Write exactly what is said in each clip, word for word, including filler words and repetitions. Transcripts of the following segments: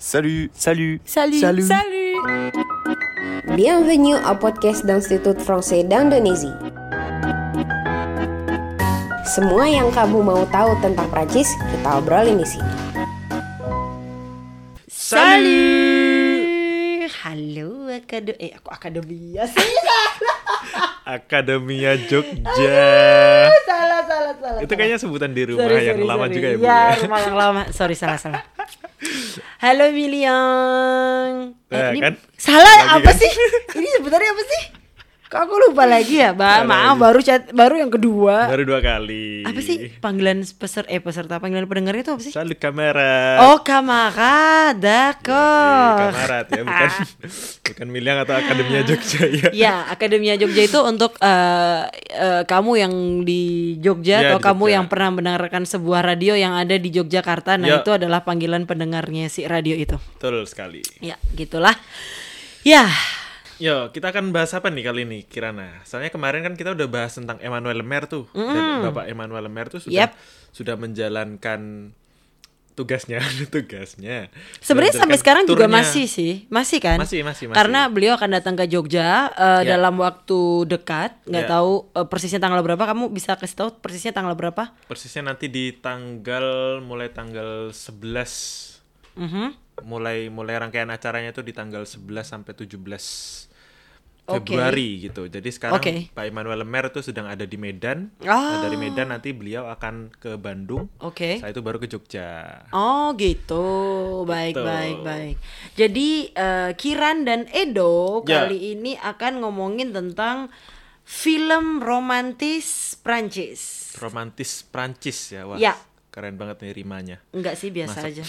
Salut, salut, Salut, salut. salut. Bienvenue au podcast d'Institut Français d'Indonésie. Semua yang kamu mau tahu tentang Prancis, kita obrolin di sini. Salut. Halo akademi, eh aku akademia sih. Akademia Jogja. salah, salah, salah. Itu kayaknya sebutan di rumah sorry, yang sorry, lama sorry. juga ya, Bu. Ya, rumah yang lama. Sorry, salah, salah. Halo Miliang. Eh, Nah, ini kan? salah Lagi apa kan? sih? Ini sebenarnya apa sih? Kok aku lupa lagi ya, Ba? Salah Maaf, lagi. baru chat, baru yang kedua. Baru dua kali. Apa sih panggilan peserta eh peserta panggilan pendengarnya itu apa sih? Salut kamera. Oh, kamarad, d'accord. Kamarat ya, bukan bukan Miliang atau Akademia Jogja ya. Ya, Akademia Jogja itu untuk uh, uh, kamu yang di Jogja Ya, atau di kamu Jogja. yang pernah mendengarkan sebuah radio yang ada di Yogyakarta. Nah, Ya. itu adalah panggilan pendengarnya si radio itu. Betul sekali. Ya, gitulah. Ya, Yo, kita akan bahas apa nih kali ini, Kirana? Soalnya kemarin kan kita udah bahas tentang Emmanuel Lemaire tuh. Dan Bapak Emmanuel Lemaire tuh sudah Yep. sudah menjalankan tugasnya, tugasnya. sebenarnya Sudah sampai menjalankan sekarang juga turnya. masih sih, masih kan? Masih, masih, masih. Karena beliau akan datang ke Jogja uh, Ya. dalam waktu dekat. Nggak Ya. tahu uh, persisnya tanggal berapa. Kamu bisa kasih tahu persisnya tanggal berapa? Persisnya nanti di tanggal mulai tanggal sebelas. Mhm. Mulai mulai rangkaian acaranya tuh di tanggal sebelas sampai tujuh belas Oke. Februari gitu. Jadi sekarang Oke. Pak Emmanuel Lemaire tuh sedang ada di Medan. Ah. Nah, dari Medan nanti beliau akan ke Bandung. Oke. Setelah itu baru ke Jogja. Oh gitu, baik Gitu. baik baik. Jadi eh, Kiran dan Edo Ya. kali ini akan ngomongin tentang film romantis Prancis. Romantis Prancis ya. Wah. Ya. Keren banget nih rimanya. Enggak sih, biasa Masuk. aja.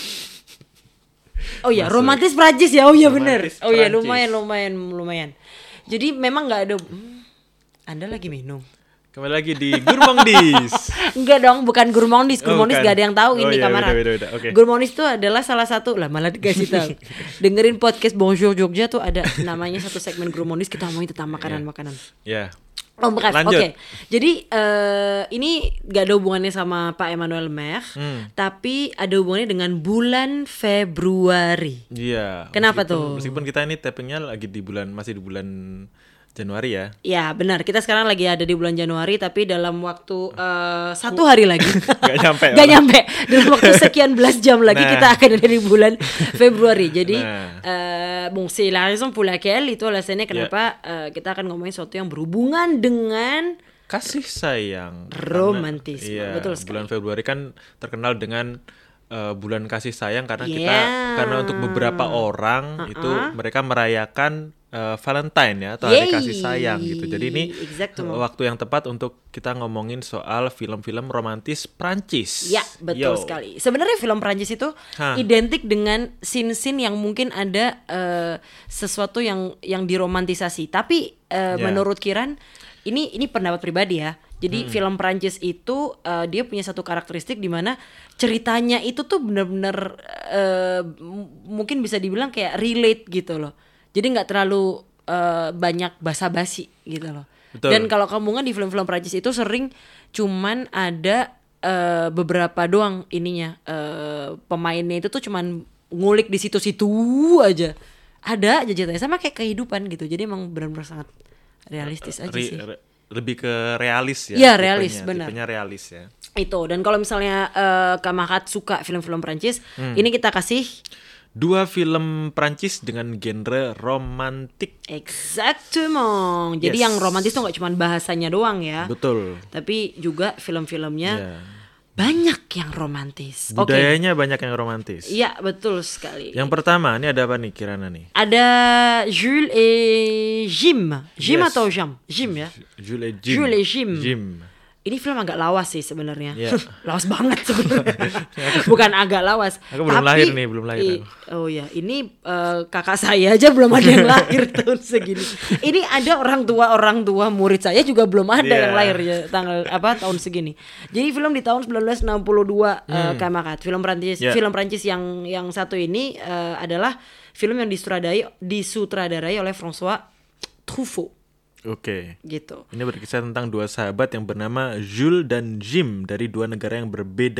Oh iya, Masuk. romantis Prancis ya. Oh iya bener. Romantis Oh iya, Prancis. lumayan lumayan lumayan. Jadi memang nggak ada. Hmm, Anda lagi minum? Kembali lagi di Gourmandis. Enggak dong, bukan Gourmandis. Oh, Gourmandis bukan. gak ada yang tahu Oh, ini iya, kamar. beda, beda, beda. Oke. Gourmandis itu adalah salah satu lah, malah dikasih tahu. Dengerin podcast Bonjour Jogja tuh ada namanya satu segmen Gourmandis, kita ngomongin tentang makanan-makanan. Ya. Oh bukan, oke. Lanjut. Jadi eh, ini gak ada hubungannya sama Pak Emmanuel Lemaire, Hmm. tapi ada hubungannya dengan bulan Februari. Iya. Kenapa meskipun, tuh? Meskipun kita ini tappingnya lagi di bulan masih di bulan Januari ya. Ya benar, kita sekarang lagi ada di bulan Januari, tapi dalam waktu eh, satu hari lagi. Gak nyampe. Gak nyampe. Dalam waktu sekian belas jam lagi Nah. kita akan ada di bulan Februari. Jadi, Nah. eh, bon, c'est la raison pour laquelle itu alasannya kenapa eh, kita akan ngomongin sesuatu yang berhubungan dengan Kasih sayang. Romantisme, Karena- iya, betul sekali. bulan Februari kan terkenal dengan uh, bulan kasih sayang karena kita Yeah. karena untuk beberapa orang itu mereka merayakan uh, Valentine ya atau hari Yeay. kasih sayang gitu. Jadi ini Exactement. waktu yang tepat untuk kita ngomongin soal film-film romantis Prancis. Ya, betul Yo. sekali. Sebenarnya film Prancis itu Hah. identik dengan scene-scene yang mungkin ada eh, sesuatu yang yang diromantisasi. Tapi eh, Ya. menurut Kiran, ini ini pendapat pribadi ya. Jadi film Prancis itu eh, dia punya satu karakteristik di mana ceritanya itu tuh benar-benar eh, m- mungkin bisa dibilang kayak relate gitu loh. Jadi nggak terlalu eh, banyak basa-basi gitu loh. Betul. Dan kalau kamu kan di film-film Prancis itu sering cuman ada eh, beberapa doang ininya eh, pemainnya itu tuh cuman ngulik di situ-situ aja. Ada aja ceritanya sama kayak kehidupan gitu. Jadi emang benar-benar sangat realistis aja Ri- sih. re- lebih ke realis ya. Iya, tipenya. realis, benar. Tipenya realis ya. Itu. Dan kalau misalnya eh, Kamakat suka film-film Prancis, ini kita kasih Dua film Prancis dengan genre romantik. exactement. Jadi Yes. yang romantis tuh nggak cuma bahasanya doang ya. Betul. Tapi juga film-filmnya Ya. banyak yang romantis. Oke. Budayanya banyak yang romantis. Iya, betul sekali. Yang pertama, ini ada apa nih Kirana nih? Ada Jules et Jim. Jim Yes. atau Jam? Jim ya. Jules et Jim. Jules et Jim. Jim. Ini film agak lawas sih sebenarnya. Iya. Lawas banget sebenarnya. Bukan agak lawas. Aku belum lahir nih, belum lahir i- aku. Oh ya, ini eh, kakak saya aja belum ada yang lahir tahun segini. Ini ada orang tua orang tua murid saya juga belum ada Iya. yang lahir ya tanggal apa tahun segini. Jadi film di tahun sembilan belas enam puluh dua eh, Kamakat. Film Prancis, Iya. film Prancis yang yang satu ini eh, adalah film yang disutradarai disutradarai oleh François Truffaut. Oke. Gitu. Ini berkisah tentang dua sahabat yang bernama Jules dan Jim dari dua negara yang berbeda.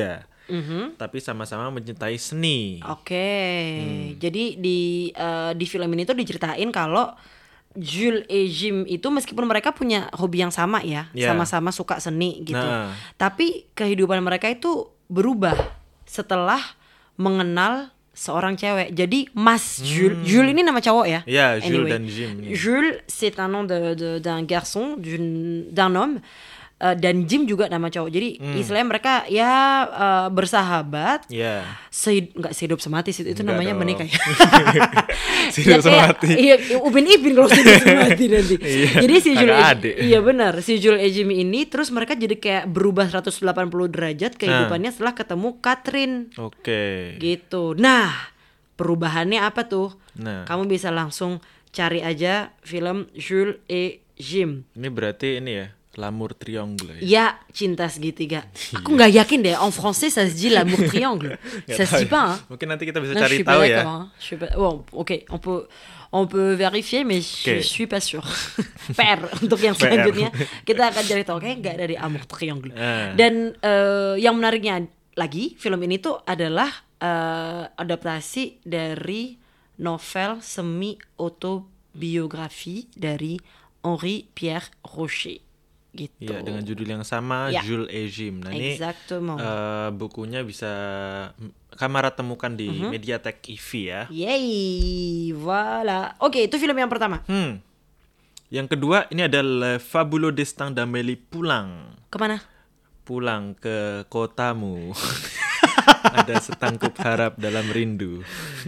Mhm. tapi sama-sama mencintai seni. Oke, Hmm. jadi di eh, di film ini tuh diceritain kalau Jules et Jim itu meskipun mereka punya hobi yang sama ya, Ya. sama-sama suka seni gitu, Nah. tapi kehidupan mereka itu berubah setelah mengenal seorang cewek. Jadi Mas Jules, Jules ini nama cowok ya? Ya, Jules dan Jim ini. Jules c'est un nom de, de- d'un garçon, d'une- d'un homme. Eh, dan Jim juga nama cowok. Jadi Hmm. istilahnya mereka ya eh, bersahabat. Ya. Sehid- nggak sehidup semati sih, itu Enggak namanya dong. menikah ya. Sehidup Ya, kayak- semati. Iya, Upin Ipin kalau sehidup semati nanti. Iya, Jadi si Jules, kakak e- adik. iya benar, si Jules et Jim ini terus mereka jadi kayak berubah seratus delapan puluh derajat kehidupannya setelah ketemu Catherine. Oke. Gitu. Nah, perubahannya apa tuh? Nah. Kamu bisa langsung cari aja film Jules et Jim. Ini berarti ini ya, L'amour triangle ya. Ya, cinta segitiga. Aku nggak yakin deh, en français ça se dit l'amour triangle. Ça se dit pas, hein? Mungkin nanti kita bisa Non, je cari suis pas tahu d'accord, ya. hein. Je suis pas- Bon, ok, on peut, on peut vérifier, mais je Ok. suis pas sûr. P R untuk yang P R. selanjutnya kita akan cari tahu. Kayaknya nggak dari Amour Triangle. Ah. Dan eh, yang menariknya lagi, film ini tuh adalah eh, adaptasi dari novel semi autobiografi dari Henri Pierre Rocher. Gitu. Iya, dengan judul yang sama, Ya. Jules et Jim. Nah, ini Exactement. eh, bukunya bisa Kamara temukan di Mhm. Mediatek I V ya. Yeay, voilà. Oke, itu film yang pertama. Hmm. Yang kedua ini ada Le Fabuleux Destin d'Amélie Poulain. Kemana? Pulang ke kotamu. Ada setangkup harap dalam rindu.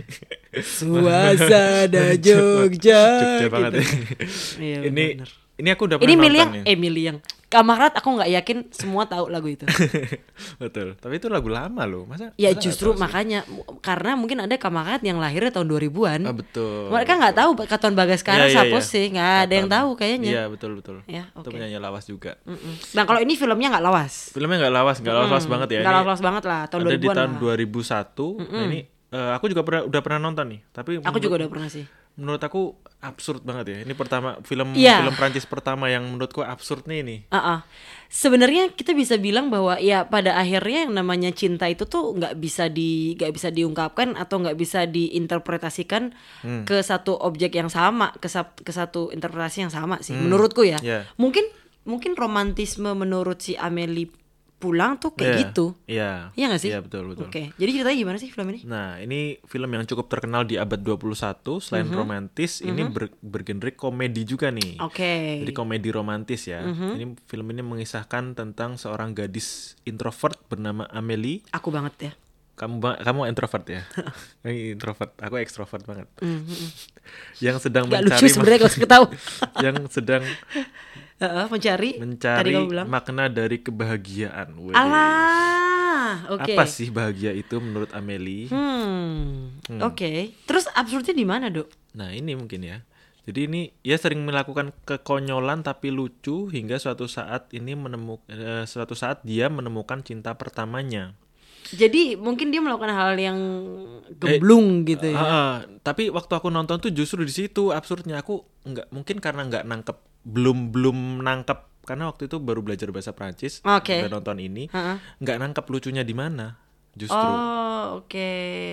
Suasana Jogja. Jogja banget ya. Iya, ini bener. ini aku udah Ini pernah Miliang, nonton eh Miliang. Kamarat aku nggak yakin semua tahu lagu itu. Betul. Tapi itu lagu lama loh. Masa? Ya masa nggak justru tahu sih? makanya mu- karena mungkin ada kamarat yang lahirnya tahun dua ribuan. Ah, betul. Mereka nggak tahu Katon Bagaskara Iya, iya, siapa iya. sih, nggak ada yang Katon. tahu kayaknya. Iya, betul betul. Ya, Itu oke. penyanyi lawas juga. Mm-mm. Nah kalau ini filmnya nggak lawas. Filmnya nggak lawas, nggak lawas-lawas banget ya. Nggak Ini lawas banget lah, tahun ada di dua ribuan tahun lah. dua ribu satu. Nah, ini eh, aku juga pernah udah pernah nonton nih. Tapi Aku juga udah menurut- pernah sih. Menurut aku absurd banget ya. Ini pertama film Iya. film Prancis pertama yang menurutku absurd nih ini. Uh-uh. Sebenarnya kita bisa bilang bahwa ya pada akhirnya yang namanya cinta itu tuh nggak bisa di nggak bisa diungkapkan atau nggak bisa diinterpretasikan Hmm. ke satu objek yang sama, ke, sa- ke satu interpretasi yang sama sih menurutku ya. Iya. Mungkin mungkin romantisme menurut si Amélie Poulain tuh kayak Iya. gitu. Iya. Iya nggak sih? Iya, betul betul. Oke. Jadi ceritanya gimana sih film ini? Nah, ini film yang cukup terkenal di abad dua puluh satu. Selain Mhm. romantis, ini ber, bergenre komedi juga nih. Oke. Jadi komedi romantis ya. Mhm. Ini film ini mengisahkan tentang seorang gadis introvert bernama Amélie. Aku banget ya. Kamu ba- kamu introvert ya? Ini introvert. Aku ekstrovert banget. Mhm. Yang sedang Gak mencari lucu sebenarnya kalau ketahu. yang sedang Heeh, mencari. Tadi mencari kamu bilang. makna dari kebahagiaan. Wede. Alah, oke. Apa sih bahagia itu menurut Amélie? Hmm, oke. Terus absurdnya di mana, Dok? Nah, ini mungkin ya. Jadi ini ia sering melakukan kekonyolan tapi lucu hingga suatu saat ini menemukan suatu saat dia menemukan cinta pertamanya. Jadi mungkin dia melakukan hal yang gemblung gitu ya. Ah, ah. Tapi waktu aku nonton tuh justru di situ absurdnya. Aku nggak mungkin karena nggak nangkep belum belum nangkep karena waktu itu baru belajar bahasa Prancis Oke. dan nonton ini Ha-ha. nggak nangkep lucunya di mana justru. Oh, oke.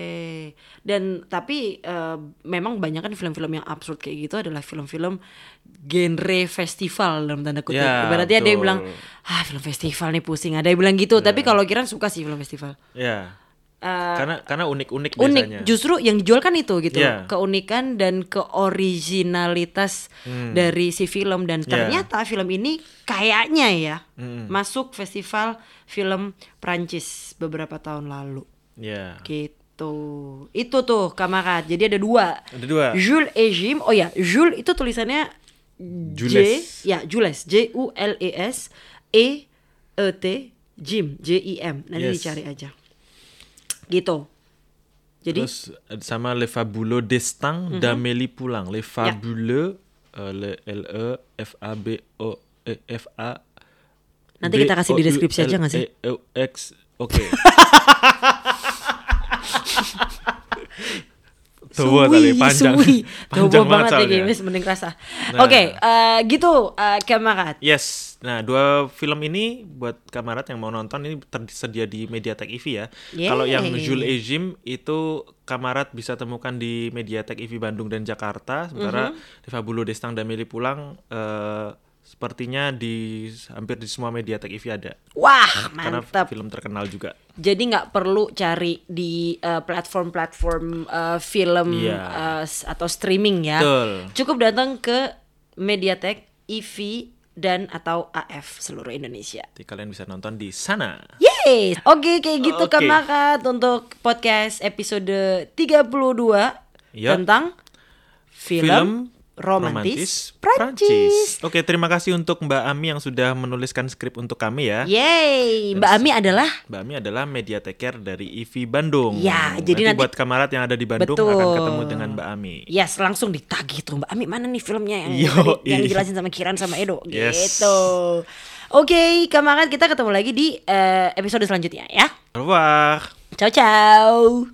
Dan tapi eh, memang banyak kan film-film yang absurd kayak gitu adalah film-film genre festival dalam tanda kutip. Ya, Berarti ada yang betul. bilang, "Ah, film festival nih pusing." Ada yang bilang gitu. Tapi kalau Kiran suka sih film festival. Ya. Eh, karena karena unik-unik unik biasanya. justru yang dijual kan itu gitu, Iya. keunikan dan keoriginalitas Hmm. dari si film. Dan Iya. ternyata film ini kayaknya ya Hmm. masuk festival film Prancis beberapa tahun lalu Ya. gitu. Itu tuh Kamarat, jadi ada dua, Ada dua. Jules et Jim. Oh ya, Jules itu tulisannya Jules. J, ya Jules, J U L E S E E T, Jim, J I M. Nanti Yes. dicari aja gitu. Jadi Terus ada sama Le Fabuleux Destin d'Amélie Poulain. Le Fabuleux euh, le L E F A B O E F A. Nanti kita kasih di deskripsi aja nggak sih? B O U L E X. Oke. Tuwa tali panjang. Suwi. Panjang Tuwa banget ya soalnya. guys, mending rasa. Nah. Oke, eh, gitu uh, Kamarat. Yes. Nah, dua film ini buat Kamarat yang mau nonton ini tersedia di Mediatek I V ya. Yeay. Kalau yang Jules et Jim itu Kamarat bisa temukan di Mediatek I V Bandung dan Jakarta. Sementara Mhm. Fabulo Destang Dameli Pulang eh, sepertinya di hampir di semua Mediatek I V ada. Wah, Karena mantap. film terkenal juga. Jadi nggak perlu cari di uh, platform-platform uh, film Iya. uh, s- atau streaming ya. Betul. Cukup datang ke Mediatek, I V dan atau A F seluruh Indonesia. Jadi kalian bisa nonton di sana. Yeay. Oke, kayak gitu Oke. kan Makat untuk podcast episode tiga puluh dua Yap. tentang film, romantis, Prancis. Oke, terima kasih untuk Mbak Ami yang sudah menuliskan skrip untuk kami ya. Yeay, Mbak Ami adalah Mbak Ami adalah mediateker dari I V Bandung. Ya, jadi nanti- buat Kamarat yang ada di Bandung Betul. akan ketemu dengan Mbak Ami. yes, langsung ditagih tuh Mbak Ami, mana nih filmnya yang Yo, tadi yang i. dijelasin sama Kiran sama Edo Yes. gitu. Oke, Kamarat kita ketemu lagi di eh, episode selanjutnya ya. Au revoir. Ciao ciao.